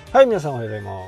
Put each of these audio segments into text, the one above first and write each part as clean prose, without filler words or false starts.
はい、皆さんおはようございます。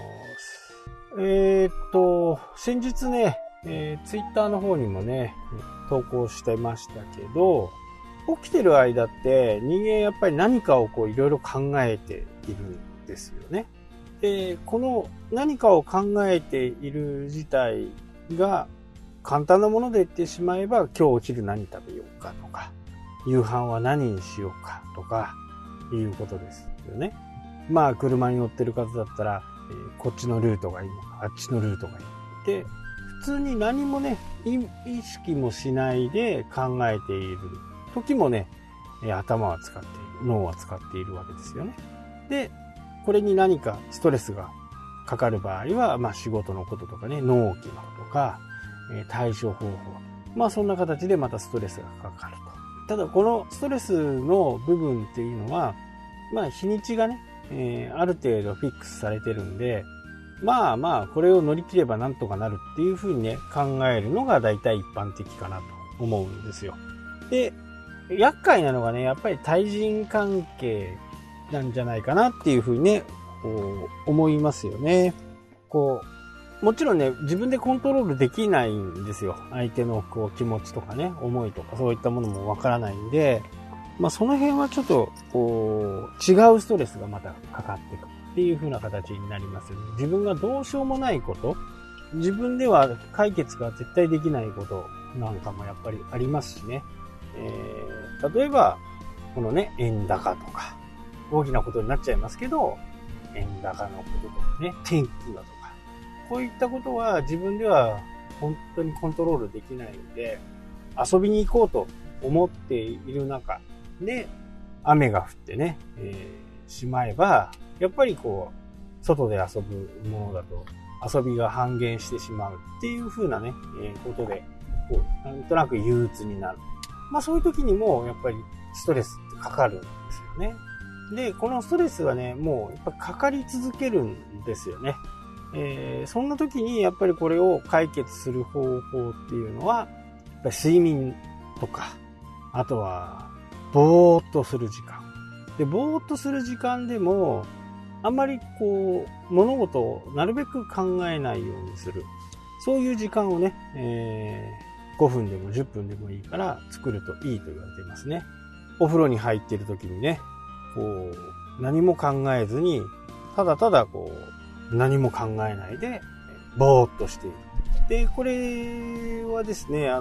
先日ね、ツイッターの方にもね、投稿してましたけど、起きてる間って人間やっぱり何かをこういろいろ考えているんですよね。で、この何かを考えている自体が簡単なもので言ってしまえば、今日お昼何食べようかとか、夕飯は何にしようかとかいうことですよね。まあ車に乗ってる方だったら、こっちのルートがいいのか、あっちのルートがいい。で、普通に何もね、意識もしないで考えている時もね、頭は使っている、脳は使っているわけですよね。で、これに何かストレスがかかる場合は、まあ仕事のこととかね、納期のこととか、対処方法。まあそんな形でまたストレスがかかると。ただこのストレスの部分っていうのは、まあ日にちがね、ある程度フィックスされてるんで、まあこれを乗り切ればなんとかなるっていうふうにね、考えるのが大体一般的かなと思うんですよ。で、厄介なのがね、やっぱり対人関係なんじゃないかなっていうふうにね、思いますよね。もちろんね、自分でコントロールできないんですよ。相手の気持ちとかね、思いとかそういったものもわからないんで、まあその辺はちょっと違うストレスがまたかかってくるっていう風な形になりますよね。自分がどうしようもないこと、自分では解決が絶対できないことなんかもやっぱりありますしね。例えばこのね、円高とか大きなことになっちゃいますけど、円高のこととかね、天気だとか、こういったことは自分では本当にコントロールできないので、遊びに行こうと思っている中で雨が降ってね、しまえば、やっぱり外で遊ぶものだと遊びが半減してしまうっていう風なね、ことで、なんとなく憂鬱になる。まあそういう時にもやっぱりストレスってかかるんですよね。で、このストレスはね、もうやっぱかかり続けるんですよね。そんな時にやっぱりこれを解決する方法っていうのは、やっぱり睡眠とか、あとは、ぼーっとする時間。で、ぼーっとする時間でも、あんまり物事をなるべく考えないようにする。そういう時間をね、5分でも10分でもいいから作るといいと言われていますね。お風呂に入っている時にね、何も考えずに、ただただ何も考えないで、ぼーっとしている。で、これはですね、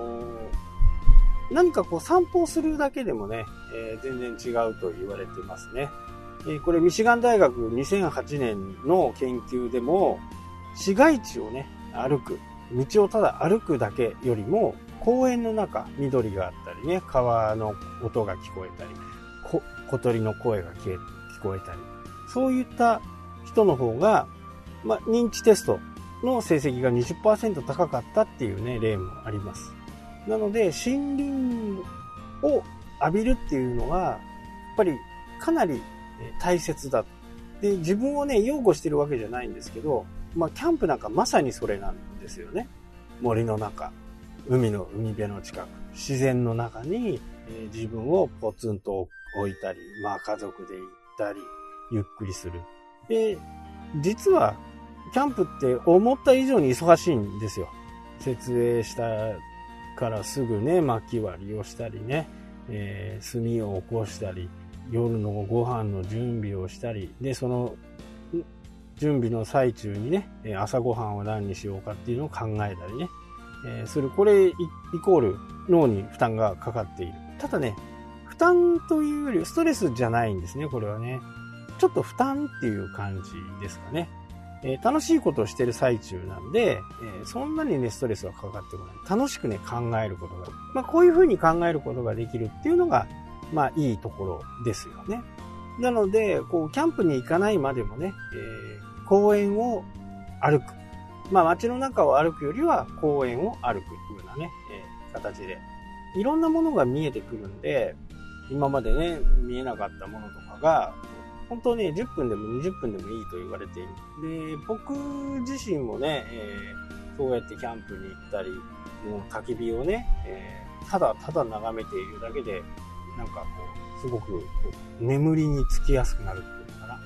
何か散歩をするだけでもね、全然違うと言われてますね。これミシガン大学2008年の研究でも、市街地をね、歩く、道をただ歩くだけよりも、公園の中、緑があったりね、川の音が聞こえたり、小鳥の声が聞こえたり、そういった人の方が、まあ、認知テストの成績が 20% 高かったっていうね、例もあります。なので、森林を浴びるっていうのは、やっぱりかなり大切だ。で、自分をね、擁護してるわけじゃないんですけど、まあ、キャンプなんかまさにそれなんですよね。森の中、海辺の近く、自然の中に、自分をポツンと置いたり、まあ家族で行ったり、ゆっくりする。で、実は、キャンプって思った以上に忙しいんですよ。設営したからすぐね、薪割りをしたりね、炭を起こしたり、夜のご飯の準備をしたり、で、その準備の最中にね、朝ごはんを何にしようかっていうのを考えたりね、する。これイコール脳に負担がかかっている。ただね、負担というよりストレスじゃないんですね、これはね。ちょっと負担っていう感じですかね。楽しいことをしてる最中なんで、そんなにね、ストレスはかかってこない。楽しくね、考えることが。まあ、こういうふうに考えることができるっていうのが、まあ、いいところですよね。なので、キャンプに行かないまでもね、公園を歩く。まあ、街の中を歩くよりは、公園を歩くというようなね、形で。いろんなものが見えてくるんで、今までね、見えなかったものとかが、本当ね、10分でも20分でもいいと言われている。で、僕自身もね、そうやってキャンプに行ったり、もう焚き火をね、ただただ眺めているだけで、なんかすごく眠りにつきやすくなるっていうのかな。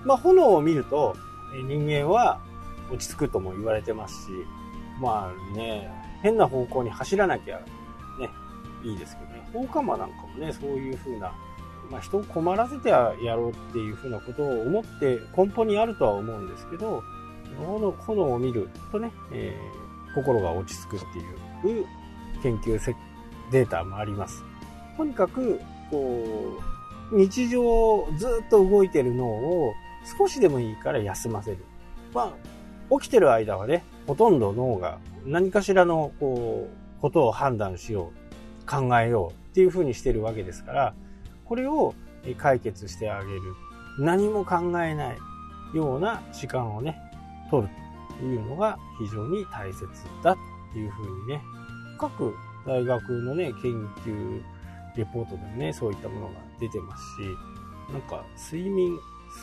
まあ炎を見ると人間は落ち着くとも言われてますし、まあね、変な方向に走らなきゃね、いいですけどね。放火魔なんかもね、そういう風な、まあ人を困らせてやろうっていう風なことを思って根本にあるとは思うんですけど、炎を見るとね、心が落ち着くっていう研究データもあります。とにかく、こう、日常ずっと動いてる脳を少しでもいいから休ませる。まあ、起きてる間はね、ほとんど脳が何かしらの、ことを判断しよう、考えようっていう風にしてるわけですから、これを解決してあげる。何も考えないような時間をね、取るというのが非常に大切だという風にね、各大学のね、研究レポートでもね、そういったものが出てますし、なんか睡眠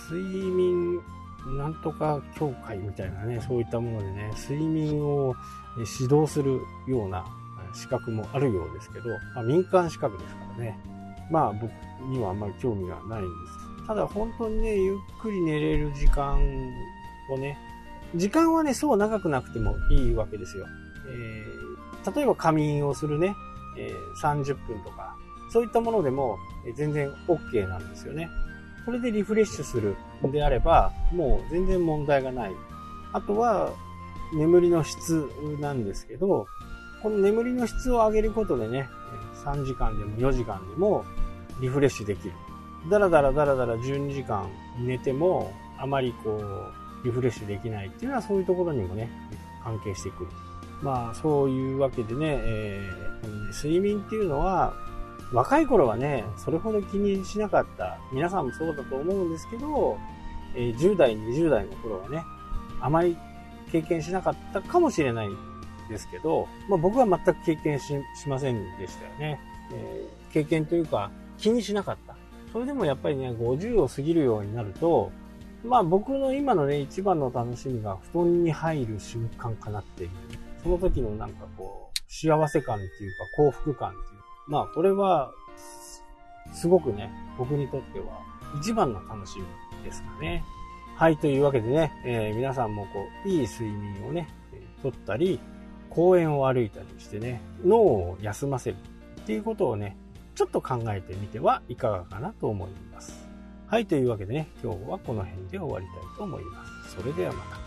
なんとか協会みたいなね、そういったものでね、睡眠を指導するような資格もあるようですけど、まあ、民間資格ですからね。まあ僕にはあんまり興味がないんです。ただ本当にね、ゆっくり寝れる時間をね、時間はね、そう長くなくてもいいわけですよ。例えば仮眠をするね、30分とか、そういったものでも全然 OK なんですよね。それでリフレッシュするのであれば、もう全然問題がない。あとは、眠りの質なんですけど、この眠りの質を上げることでね、3時間でも4時間でもリフレッシュできる。だらだら12時間寝ても、あまりリフレッシュできないっていうのはそういうところにもね、関係してくる。まあ、そういうわけでね、睡眠っていうのは、若い頃はね、それほど気にしなかった。皆さんもそうだと思うんですけど、10代、20代の頃はね、あまり経験しなかったかもしれないんですけど、まあ僕は全く経験しませんでしたよね。経験というか気にしなかった。それでもやっぱりね、50を過ぎるようになると、まあ僕の今のね、一番の楽しみが布団に入る瞬間かなっていう。その時のなんか幸せ感っていうか幸福感っていう。まあこれは、すごくね、僕にとっては一番の楽しみですかね。はい、というわけでね、皆さんもいい睡眠をね、とったり、公園を歩いたりしてね、脳を休ませるっていうことをね、ちょっと考えてみてはいかがかなと思います。はい、というわけでね、今日はこの辺で終わりたいと思います。それではまた。